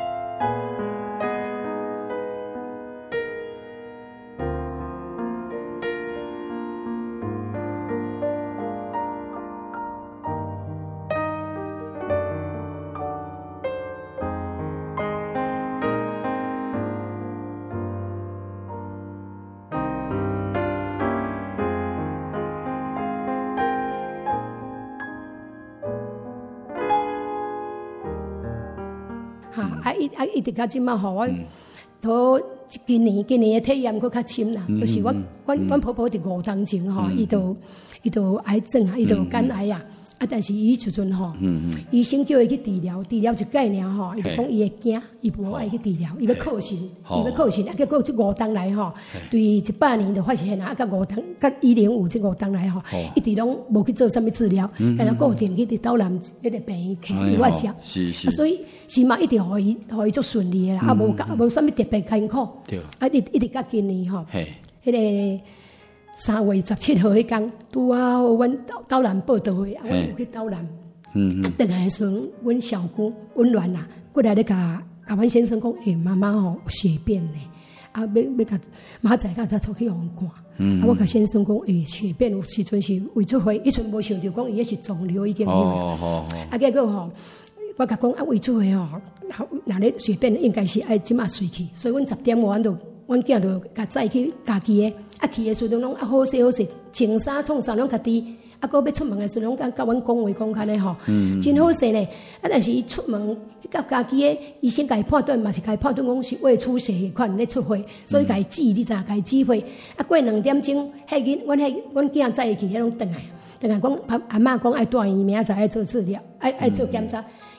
一直到即满我都今年的体验佫较深啦，就是阮婆婆伫5当前伊都癌症啊，伊都肝癌啊。啊，但是伊时阵医生叫伊去治疗一届尔伊就讲伊会惊，伊无爱去治疗，伊要靠神，啊，结果这5当来对18年就发现啊，甲5当，甲105这5当来一直拢无去做啥物治疗，但是固定去伫斗南迄个病院开药食，所以是嘛一直互伊足顺利的啦，啊无啥物特别艰苦，啊一直到今年迄个。3月17号迄天，拄啊，阮斗南报道会，阮有去斗南。等下时阵，阮小姑温暖啦，过来咧甲阮先生讲，妈妈有血便咧，啊，要甲明仔载甲出去互看。啊，我甲先生讲，血便有时阵是为做伙，迄阵无想着讲伊迄是肿瘤已经有啦。啊，结果我甲讲啊，为做伙那咧血便应该是爱即马随去，所以阮10点阮囝就甲载去家己的。啊，去的时阵拢啊好势，穿衫创啥拢家己，啊，搁要出门的时阵拢甲阮讲话讲安尼真好势呢。啊，但是伊出门到家己的医生甲伊判断嘛是甲伊判断讲是胃出血迄款咧出血，所以甲伊治，你知甲伊治血。啊，过2点钟，阮囝载伊去，迄拢转来讲阿嬷讲爱带伊明仔载爱做治疗，爱做检查。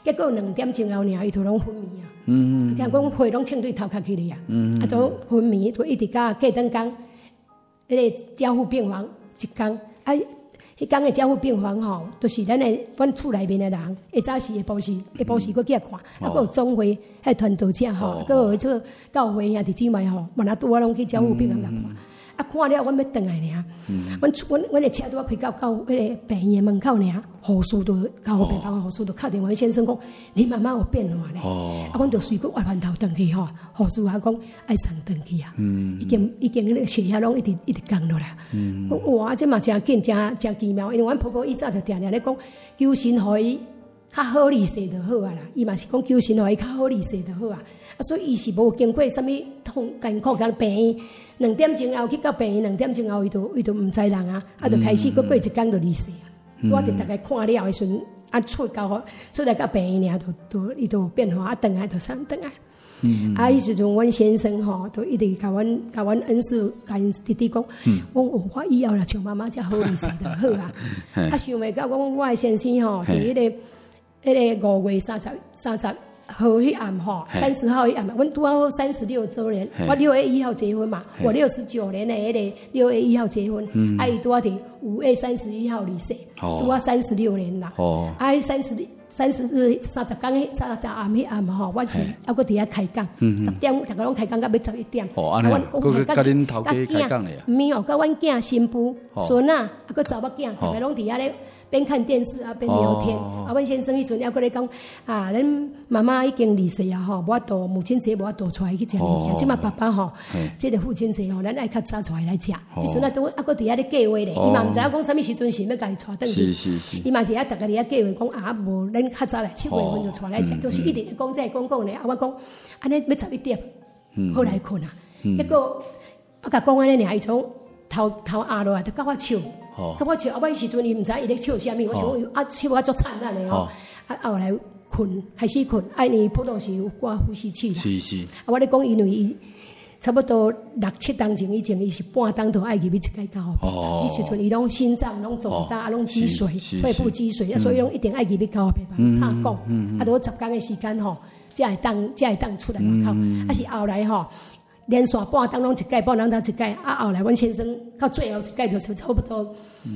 结果2点钟后尔，伊就拢昏迷啊。听讲血拢冲对头壳去哩啊。就昏迷，就一直到过顿工，迄个加护病房一工啊。迄工的加护病房吼，都是阮厝内面的人，下早时下晡时佫去看，啊，佫有总会迄团队者吼，佫有做教会兄弟姊妹吼，嘛那拄啊拢去加护病房看，啊看了，阮要转来尔，阮的车拄啊开到迄个病院门口尔，护士都加护病房的护士都敲电话先生讲，你妈妈有变化咧，啊，阮就随佫弯弯头转去吼，护士还讲爱送转去啊，已经迄个血压拢一直降落来，哇，这嘛真紧真奇妙，因为阮婆婆以早就定定咧讲，求神互伊较好利势就好啊啦，伊嘛是讲求神互伊较好利势就好啊，啊，所以伊是无经过啥物痛艰苦甲病院，2点钟后去到病院，2点钟后伊就毋知人啊，啊，就开始佫过一工就利势啊，我哋大概看了的时阵，啊，出来到病院尔，伊就变化，啊，转来就上转来。啊！迄时阵，阮先生吼，都一直甲阮恩师甲因弟弟讲，我以后啦像妈妈遮好利势就好啊。啊，想袂到讲我的先生吼，伫迄个5月30号迄暗吼，30号迄暗，阮拄好36周年，我6月1号结婚嘛，我69年的迄个6月1号结婚，啊，伊拄好伫5月31号离世，拄好36年啦。啊，30日30天迄30暗迄暗吼，我是还佫伫遐开讲，10点大家拢开讲到要11点。 哦，安尼，佫甲恁头家开讲咧啊？ 毋是哦，甲阮囝、新妇、孙啊，佫查某囝，大家拢伫遐咧边看电视啊边聊天。啊，阮先生迄阵还佫咧讲啊，恁妈妈已经离世啊吼，无法度母亲节无法度出来去食物件。即马爸爸吼，即个父亲节吼，咱爱较早出来食。迄阵啊都佫伫遐咧计划咧，伊嘛毋知影讲啥物时阵是要甲伊带转去。伊嘛是遐逐个伫遐计划讲啊，无咱较早来7月份就出来食，就是一直讲这讲咧。啊，我讲安尼要11点，好来困啊。结果我甲讲安尼尔，伊从头压落来，就甲我笑。甲我笑，啊！我迄时阵伊毋知伊咧笑啥物，我想啊笑啊足灿烂的吼，啊后来开始困，伊普通是有挂呼吸器啦。是。啊，我咧讲，因为伊差不多6、7当前以前，伊是半当都爱入去一届教学。迄时阵伊拢心脏拢肿大，啊拢积水，肺部积水，所以拢一定爱入去教学陪伴插讲。啊，都10天的时间吼，才会当出来外口。啊是后来吼。连续半当拢一届，半当一届，啊后来阮先生到最后一届就是差不多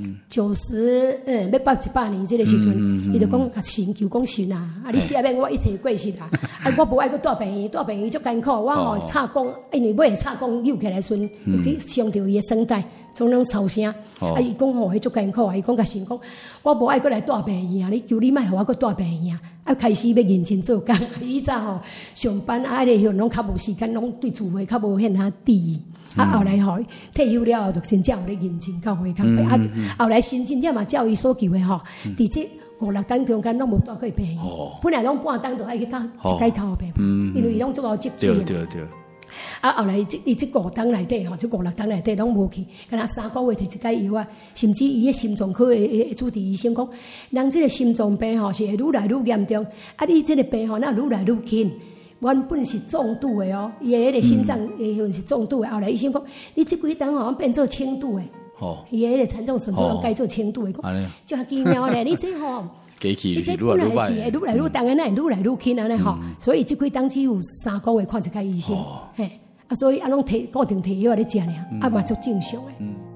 90要到100年这个时阵，伊就讲甲神求讲神啊，啊你死免我一切过世啦，啊我无爱去住病院足艰苦，我吼插讲，因为尾插讲扭起来时阵，有去伤着伊的声带，总拢吵声，啊伊讲吼迄足艰苦啊，伊讲甲神讲，我无爱过来住病院啊，你求你莫互我去住病院啊。啊，开始要认真做工。以早吼上班啊，迄个拢较无时间，拢对厝会较无遐注意。啊，后来吼退休了后，就真正有咧认真教会工作。啊，后来真正嘛照伊所求的吼，伫这5、6天中间拢无住过病院，本来拢半当就爱去到一届教病院，因为伊拢足够积极。对。啊，后来伊这5天内底吼，这5、6天内底拢无去，敢若3个月摕一届药啊，甚至伊个心脏科的主治医生讲，人这个心脏病吼是会愈来愈严重，啊，你这个病吼那愈来愈轻，原本是重度的哦，伊个迄个心脏是重度的，后来医生讲，你这几天吼变做轻度的，伊个迄个残重损就改做轻度的，讲就奇妙咧，你这吼。 你这本来是会愈来愈重的，那愈来愈轻安尼吼，所以这几当只有3个月看一届医生，嘿，啊，所以啊，拢固定摕药咧食尔，啊嘛足正常的。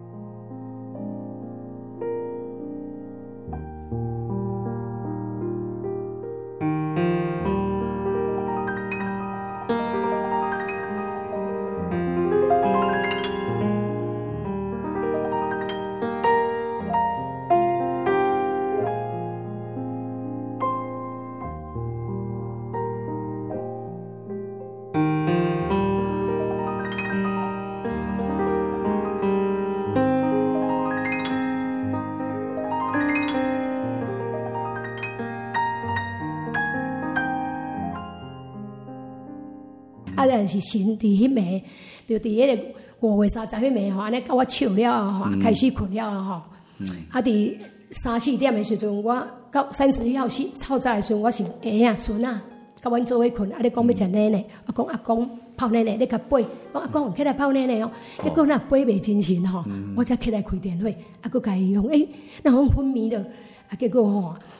啊，但是神伫迄暝，就伫迄个5月30迄暝吼，安尼甲我笑了吼，开始困了吼。啊，伫3、4点的时阵，我到31号透早的时阵，我是啊孙啊，甲阮做伙困，啊，你讲要食奶奶，我讲阿公泡奶奶，你甲背，讲阿公起来泡奶奶哦，结果那背袂精神吼，我才起来开电话，啊，佮甲伊讲，那我昏迷了。啊，结果吼，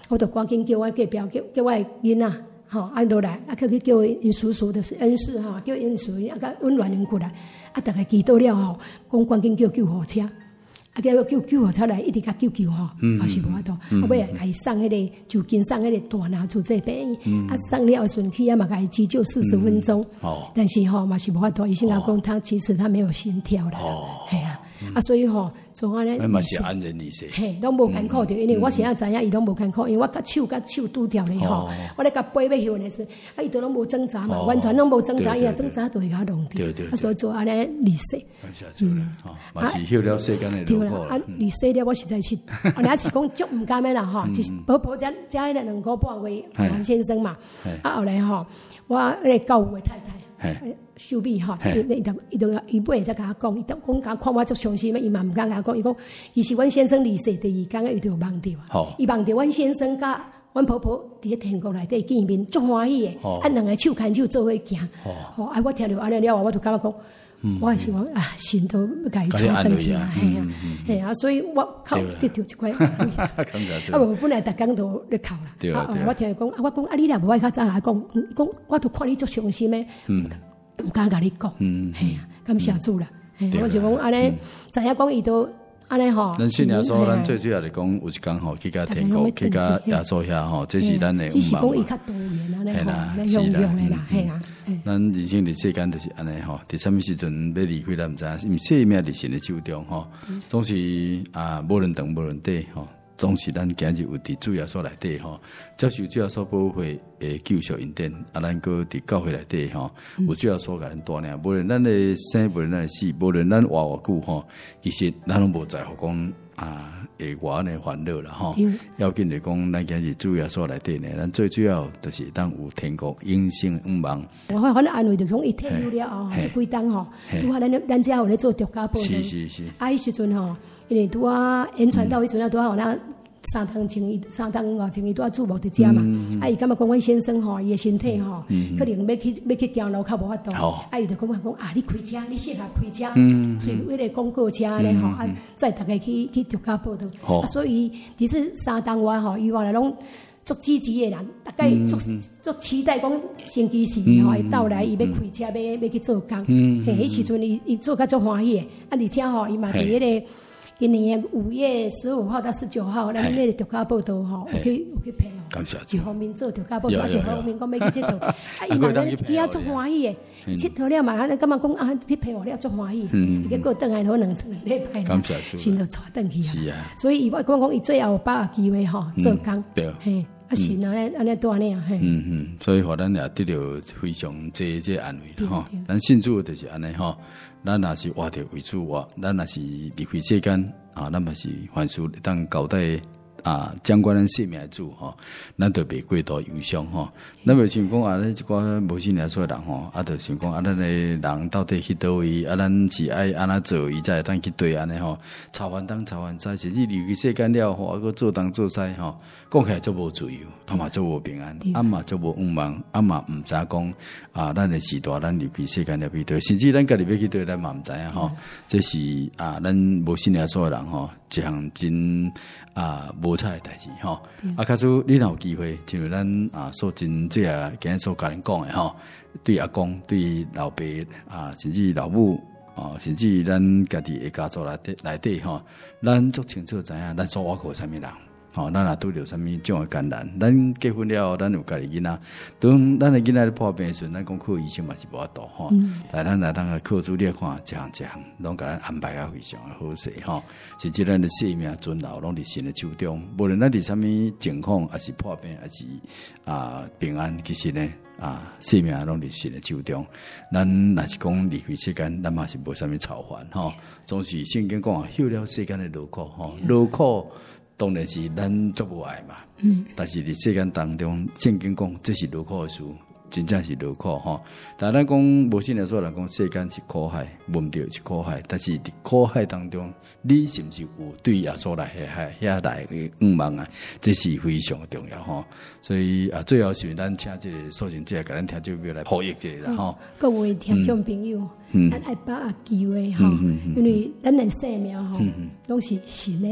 我就赶紧叫我隔壁叫我囡仔吼按落来，去叫因叔叔的恩师吼，叫因叔叔温暖因过来，大家祈祷了吼，讲赶紧叫救护车。叫救护车来，一直甲救吼，也是无法度。尾甲伊送迄个就近送迄个大拿出这病院，送了顺去嘛，甲伊急救40分钟。但是嘛是无法度，医生讲他其实他没有心跳了，系啊。所以从安尼， 嘛是安然离世， 嘿，拢无艰苦着，因为我现在知影伊拢无艰苦，因为我甲手拄条咧吼，我咧甲背要休的时，伊都拢无挣扎嘛，完全拢无挣扎，伊若挣扎就会甲弄掉，所以做安尼离世。 嘛是休了世间的路苦。 离世了，我实在是，我也是讲足毋甘的啦吼，就是婆婆家迄个2个半月王先生嘛，后来我迄个9岁太太。收米吼，伊尾才甲我讲，伊讲甲看我足伤心，伊嘛毋敢甲我讲，伊讲，其实阮先生离世第2天，伊就忘掉啊。伊忘掉阮先生甲阮婆婆伫咧天国内底见面，足欢喜的，2个手牵手做伙行。我听着安尼了，我就感觉讲，我也是讲神都要甲伊带转去啊，嘿啊，所以我靠得到一块。我本来逐工都咧哭啦。我听伊讲，我讲你若无爱较早来讲，讲我都看你足伤心的。唔敢甲你讲，系啊，感谢主啦。我就讲安尼，知影讲伊都安尼吼。 咱信仰说，咱最主要来讲，有一天吼去甲天国，去甲耶稣遐吼，这是咱的只是讲伊较多元安尼吼，用的啦，系啊。 咱人生的世间就是安尼吼，伫什么时阵要离开咱唔知，因为生命伫神的手中吼，总是无论长无论短吼。总是咱今日有伫主耶稣内底吼，接受主耶稣保惠诶救赎恩典，咱个伫教会内底吼，有主耶稣甲咱带领，无论咱的生，无论咱的死，无论咱活久吼，其实咱拢无在乎讲会活的烦恼啦吼。要紧就讲，咱今日主耶稣内底呢，咱最主要就是当有天国永生永望。 我反正安慰就讲，伊退休了后，即几档吼，拄好咱遮有咧做独家报道。 是。 迄时阵吼，因为拄啊演传到迄阵拄好咱。3天前3天5前伊拄啊住无伫遮嘛，伊感觉讲阮先生伊诶身体可能要去行路较无法度，伊就讲你开车，你适合开车，所以迄个广告车咧载大家去独家报道，所以其实3天外伊原来拢足积极诶人，大概足期待讲星期4会到来，伊要开车要去做工，迄时阵伊做甲足欢喜诶，而且伊嘛伫迄个。今年5月15号到19号，咱迄个独家报道有去配感谢一方面做独家报道，一方面讲要去佚佗，伊嘛咧去足欢喜诶，佚佗了嘛，感觉讲去配合了足欢喜，结果倒来头2礼拜，先就带转去啊。所以我讲伊最后有把握机会做工，嘿，是安尼锻炼嘿。 所以互咱也得到非常这安慰吼。咱信主就是安尼吼。咱若是活着为主活，咱若是离开世间咱嘛是凡事当交代掌管咱生命的主吼，咱就袂过度忧伤吼。咱袂想讲咱一寡无信耶稣的人吼，就想讲咱的人到底去倒位咱是爱安怎做，伊才会当去对安尼吼。操烦东操烦西，甚至离开世间了吼，搁做东做西吼，讲起来足无自由，嘛足无平安，嘛足无愿望，嘛毋知讲咱的时代，咱离开世间了去对，甚至咱家己要去对，咱嘛毋知影吼。这是咱无信耶稣的人吼，一项真无彩的代志吼。假使你若有机会，就如咱所真最今日所甲恁讲的吼，对阿公、对老爸甚至老母甚至咱家己的家族内底吼，咱足清楚知影咱所活过啥物人。咱若拄着啥物种的艰难，咱结婚了，咱有家己囡仔，当咱的囡仔咧破病的时阵，咱讲靠医生嘛是无法度吼。但咱来当个靠主你看，一项拢甲咱安排啊非常的好势吼。甚至咱的生命存留拢伫神的手中，无论咱伫啥物情况，还是破病，还是平安，其实呢生命拢伫神的手中。咱若是讲离开世间，咱嘛是无啥物操烦吼。总是圣经讲休了世间的劳苦吼，劳苦。当然是咱足无爱嘛，但是伫世间当中，圣经讲这是劳苦的事，真正是劳苦吼。但咱讲无信的说人讲世间是苦海，问对是苦海，但是伫苦海当中，你是毋是有对耶稣来遐来的愿望啊？这是非常重要吼。所以最后是咱请这个所信者甲咱听众朋友来呼吁一下啦吼。 各位听众朋友，咱爱把握机会吼，因为咱的生命吼，拢是神的。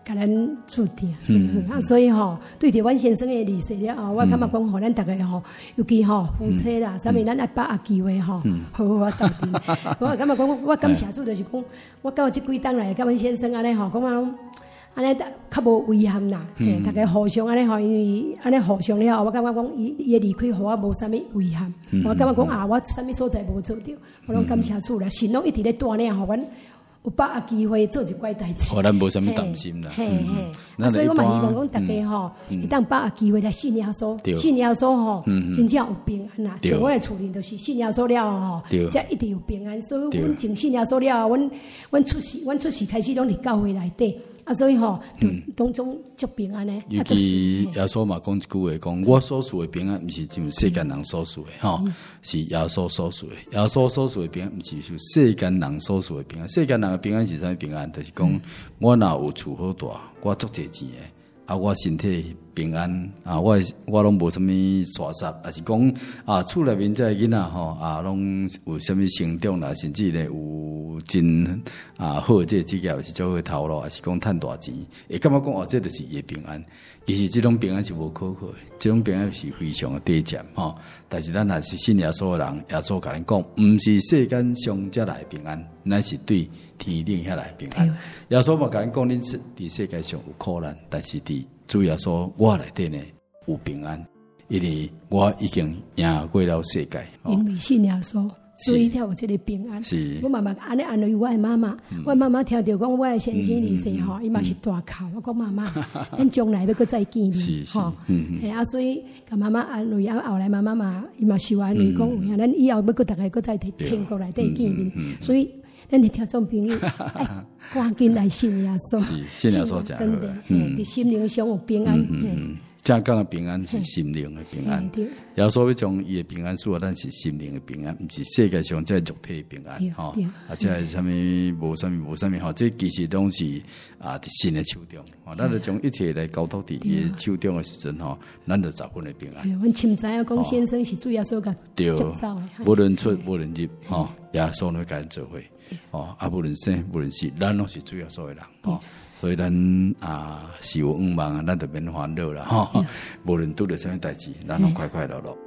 甲咱注定。所以对着阮先生的离世了后，我感觉讲，互咱大家尤其夫妻啦，啥物咱爱把握机会好好斗阵。我感觉讲，我感谢主就是讲，我到即几冬来，甲阮先生安尼讲安尼较无遗憾啦，大家互相安尼因为安尼互相了后，我感觉讲伊的离开，互我无啥物遗憾。我感觉讲我啥物所在无做着，我拢感谢主啦。神拢一直咧带领，互阮有把握机会做一寡代志。 咱无啥物担心啦。 所以我嘛希望讲大家一旦把握机会来信耶稣，信耶稣真正有平安啦。像我的厝里就是信耶稣了才一定有平安。所以阮从信耶稣了后，阮出世开始拢伫教会内底。所以当中足平安的。 尤其耶稣嘛讲一句话，讲我所属的平安，毋是像世间人所属的是耶稣所属的。耶稣所属的平安，毋是像世间人所属的平安。世间人的平安是啥平安？就是讲我若有厝好大，我足侪钱的，我身体平安我拢无啥物衰煞，还是讲厝内面这囡仔拢有啥物成长啦，甚至咧有真好这职业是做伙头路，还是讲赚大钱，会感觉讲这就是伊的平安。其实这种平安是无可靠的，这种平安是非常的低贱但是咱也是信耶稣的人，耶稣甲咱讲，毋是世间上遮来平安，咱是对天顶遐来平安。耶稣嘛甲咱讲，恁伫世界上有苦难，但是伫主耶稣我内底呢有平安，因为我已经赢过了世界。 因为信耶稣，所以才有这个平安。我妈妈安尼安慰我的妈妈，我妈妈听到讲我的先生离世伊嘛是大哭。我讲妈妈，咱将来要搁再见面所以甲妈妈安慰后来妈妈嘛，伊嘛受安慰讲，咱以后要搁大家搁再伫天国内底见面。所以咱的听众朋友，赶紧来信耶稣， 信耶稣真的，伫心灵上有平安。 正讲的平安是心灵的平安，耶稣要将伊的平安赐予咱是心灵的平安，毋是世界上这肉体的平安这是啥物无啥物这其实拢是伫神的手中咱就将一切来交托伫伊的手中的时阵咱就十分的平安。 阮深知影讲先生是主耶稣甲接走的， 无论出无论入耶稣会甲咱做伙无论生无论死，咱拢是主耶稣的人所以咱是有愿望咱就免烦恼啦无论拄着啥物代志，咱拢快快乐乐。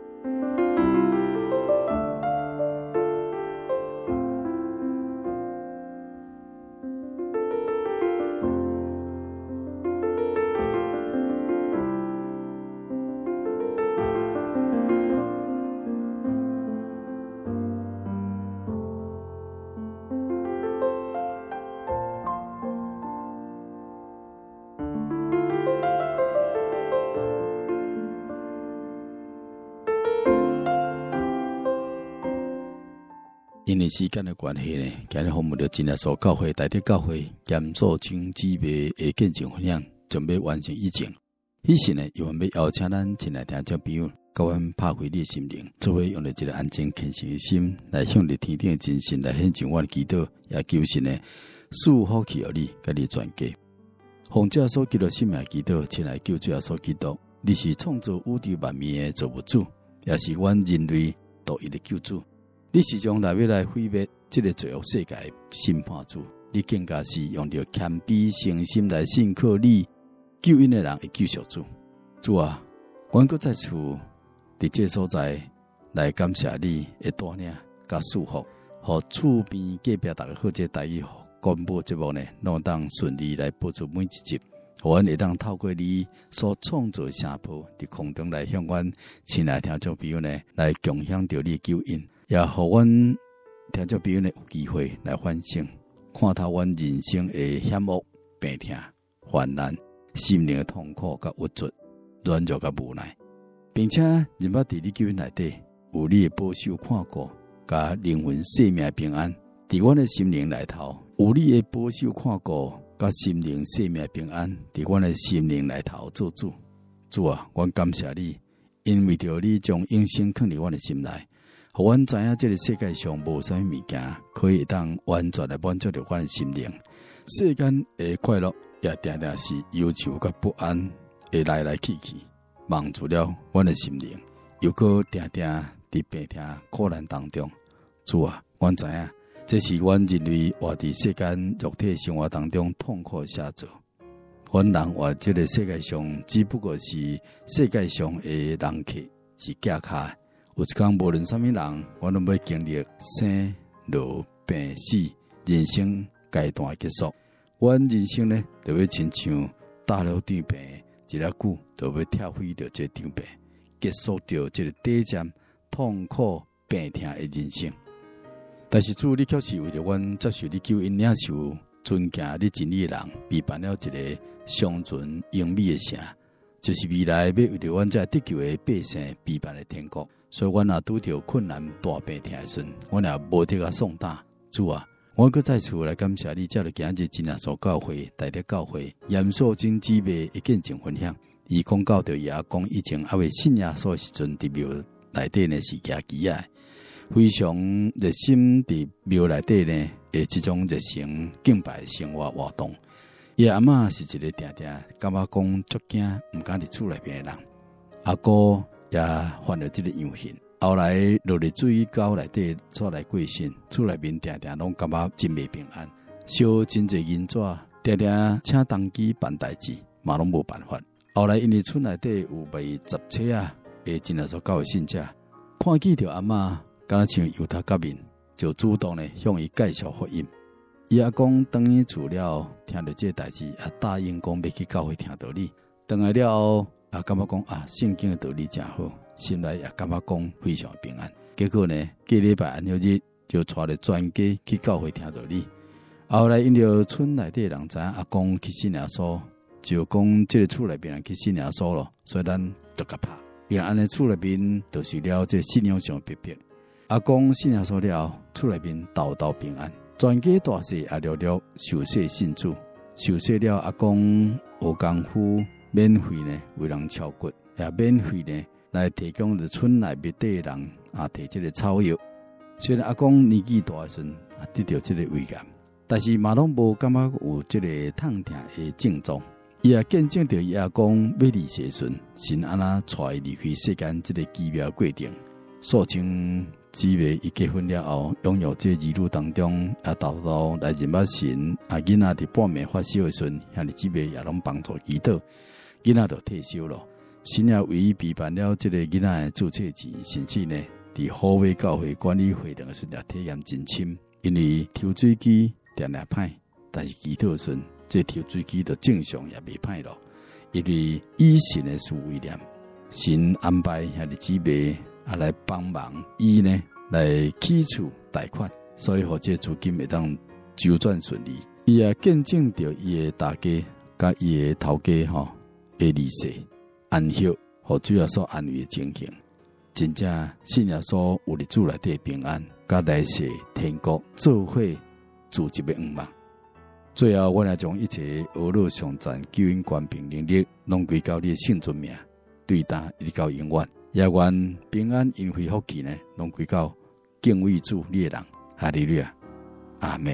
因为时间的关系呢，今日访问到真耶稣教会台北教会严肃清姊妹的见证分享，准备完成以前，迄时呢，又要邀请咱亲爱听众朋友，甲阮拍开你的心灵，做伙用了一个安静虔诚的心，来向着天顶的真神来献上我的祈祷，也求神呢赐福气予你，甲你全家。奉主耶稣基督生命祈祷，亲爱救主耶稣基督，你是创造宇宙万物的造物主，也是阮人类独一的救主。你是将来要来毁灭这个罪恶世界的审判主，你更加是用着谦卑诚心来信靠你救恩的人的救赎主。主啊，阮搁再次伫这所在来感谢你的带领甲祝福，互厝边隔壁大家好，这台语广播节目呢，拢当顺利来播出每一集，互阮会当透过你所创造的声波伫空中来向阮亲爱听众朋友呢来共享着你的救恩。也互阮听众朋友呢有机会来反省，看透阮人生的险恶、病痛、患难、心灵的痛苦甲郁卒、软弱甲无奈，并且认捌伫你救恩内底有你的保守看顾，甲灵魂生命平安。伫阮的心灵内头有你的保守看顾，甲心灵生命平安。伫阮的心灵内头做主。主啊，阮感谢你，因为着你将永生放伫阮的心内。互阮知影，这个世界上无啥物件可以当完全来满足着阮的心灵。世间的快乐也定定是忧愁甲不安，会来来去去，蒙住了阮的心灵，又搁定定伫病痛苦难当中。主啊，阮知影，这是阮人类活伫世间肉体生活当中痛苦的写照。 阮人活这个世界上，只不过是世界上的人客，是假卡。有一天，无论什么人，我拢要经历生老病死，人生阶段结束。阮人生呢，就要亲像打了场病，一粒久就要跳飞着这场病，结束掉这个短暂痛苦病痛的人生。但是主，你却是为着阮接受你救恩领受尊敬你真理的人，备办了一个上纯英美的城，就是未来要为着阮这得救的百姓备办的天国。所以，阮若拄着困难大病痛的时，阮也无得个送大。主啊，我搁再次来感谢你，借着今日真耶稣教会、台德教会、严肃真姊妹一见证分享。伊讲到着也讲以前还未信耶稣时阵，伫庙内底呢是家己啊，非常热心伫庙内底呢，即种热情敬拜生活活动。伊阿嬷是一个定定感觉讲足惊，毋敢伫厝内边的人。阿哥也犯了这个样型，后来落入水沟内底出来过身，厝内面定定拢感觉真袂平安，烧真侪银纸，定定请当机办代志，嘛拢无办法。后来因为厝内底有卖杂车啊，真耶稣教会信者，看见着阿嬷敢若像犹他革命，就主动呢向伊介绍福音。伊阿公当伊厝了，听到这个代志，也答应讲要去教会听道理。等来了后，感觉讲圣经的道理真好，心内也感觉讲非常平安。结果呢，过礼拜安息日就带着全家去教会听道理。后来因着村内底人知影阿公去信耶稣，就讲这个厝内边人去信耶稣咯，所以咱就甲拍。因安尼厝内边就是了这信仰上逼迫。阿公信耶稣了，厝内边道道平安。全家大细也陆陆受洗信主，受洗了阿公学功夫。免费呢，为人敲骨，也免费呢，来提供着村内面底的人提这个草药。虽然阿公年纪大时得到这个危险，但是嘛拢无感觉有这个痛痛的症状。伊也见证着伊阿公要离世时，神安那带伊离开世间这个奇妙过程。素称姊妹伊结婚了后，拥有这儿女当中也豆豆来认捌神。囡仔伫半暝发烧的时，兄弟姊妹也拢帮助祈祷。囡仔就退休了，神也为伊备办了这个囡仔的注册钱，甚至呢，伫好尾教会管理会堂的时也体验真深。因为抽水机定定歹，但是祈祷时，这抽水机就正常也袂歹咯。因为以神的事为念，神安排兄弟姊妹来帮忙，伊呢来起厝贷款，所以互这资金会当周转顺利。伊也见证着伊的大家甲伊的头家的离世安息，互主要所安慰的情形，真正信耶稣有伫主内底平安，甲来世天国做伙住一个愿望。最后，我来将一切俄罗上赞救恩权柄能力，拢归到你的圣尊名，对答一直到永远。也愿平安恩惠福气呢，拢归到敬畏主你的人。哈利路亚，阿们。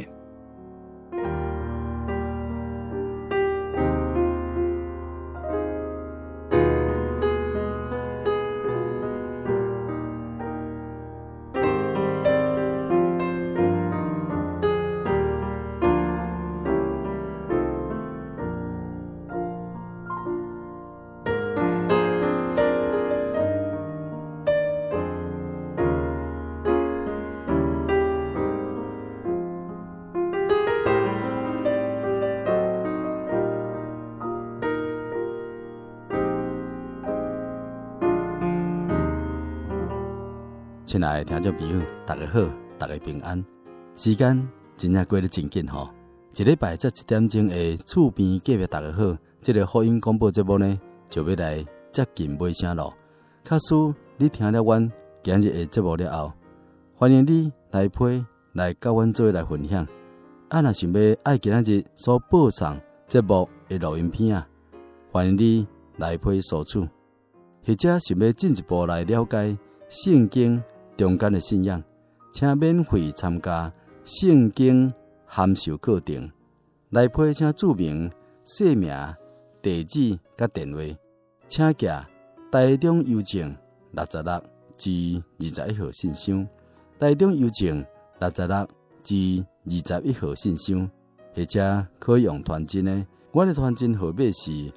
亲爱的听众朋友，大家好，大家平安。时间真正过得真紧吼，一礼拜这1点钟的厝边隔壁大家好，这个福音广播节目呢，就要来接近尾声咯。假使你听了阮今日的节目了后，欢迎你来陪来跟阮做来分享。若想要爱今日所播送节目的录音片欢迎你来陪索取，或者想要进一步来了解圣经中间的信仰，请免费参加圣经函授课程。来配请注明姓名、地址甲电话，请寄台中邮政66至21号信箱，台中邮政66至21号信箱，或者可用传真的我的传真号码是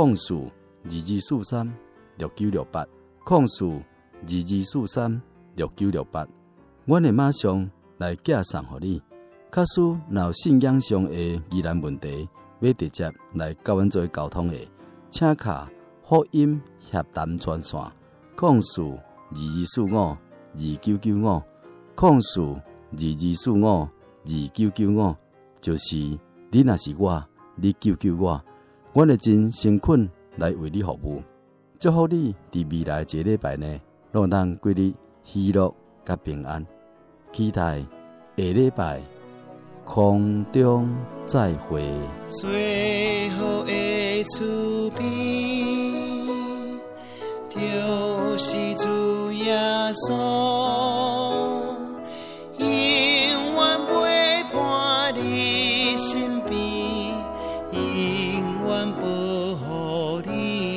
0422436968，0422436968。我会马上来寄送给你。假使若有信仰上的疑难问题，要直接来甲阮做沟通的，请卡福音协谈专线，0422452995，0422452995，就是你若是我，你救救我，我会真诚恳来为你服务。祝福你伫未来一个礼拜内，让咱过日喜乐甲平安。期待下礼拜空中再会。 最后的厝边，就是主耶稣，永远陪伴你身边，永远保护你，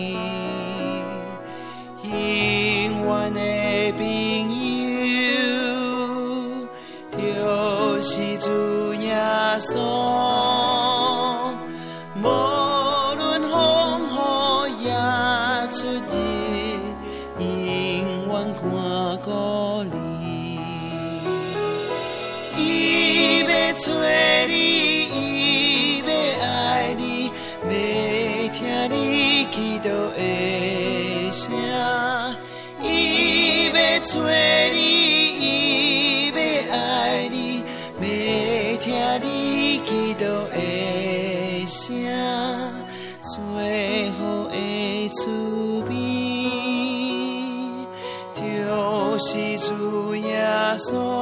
永远的朋友，就是主耶稣。无论风雨也出日，永远看顾你。伊要找你，伊要爱你，要听你祈祷的声。伊要找你，伊要爱你，要听你祈祷的声。最好的厝边，就是主耶稣。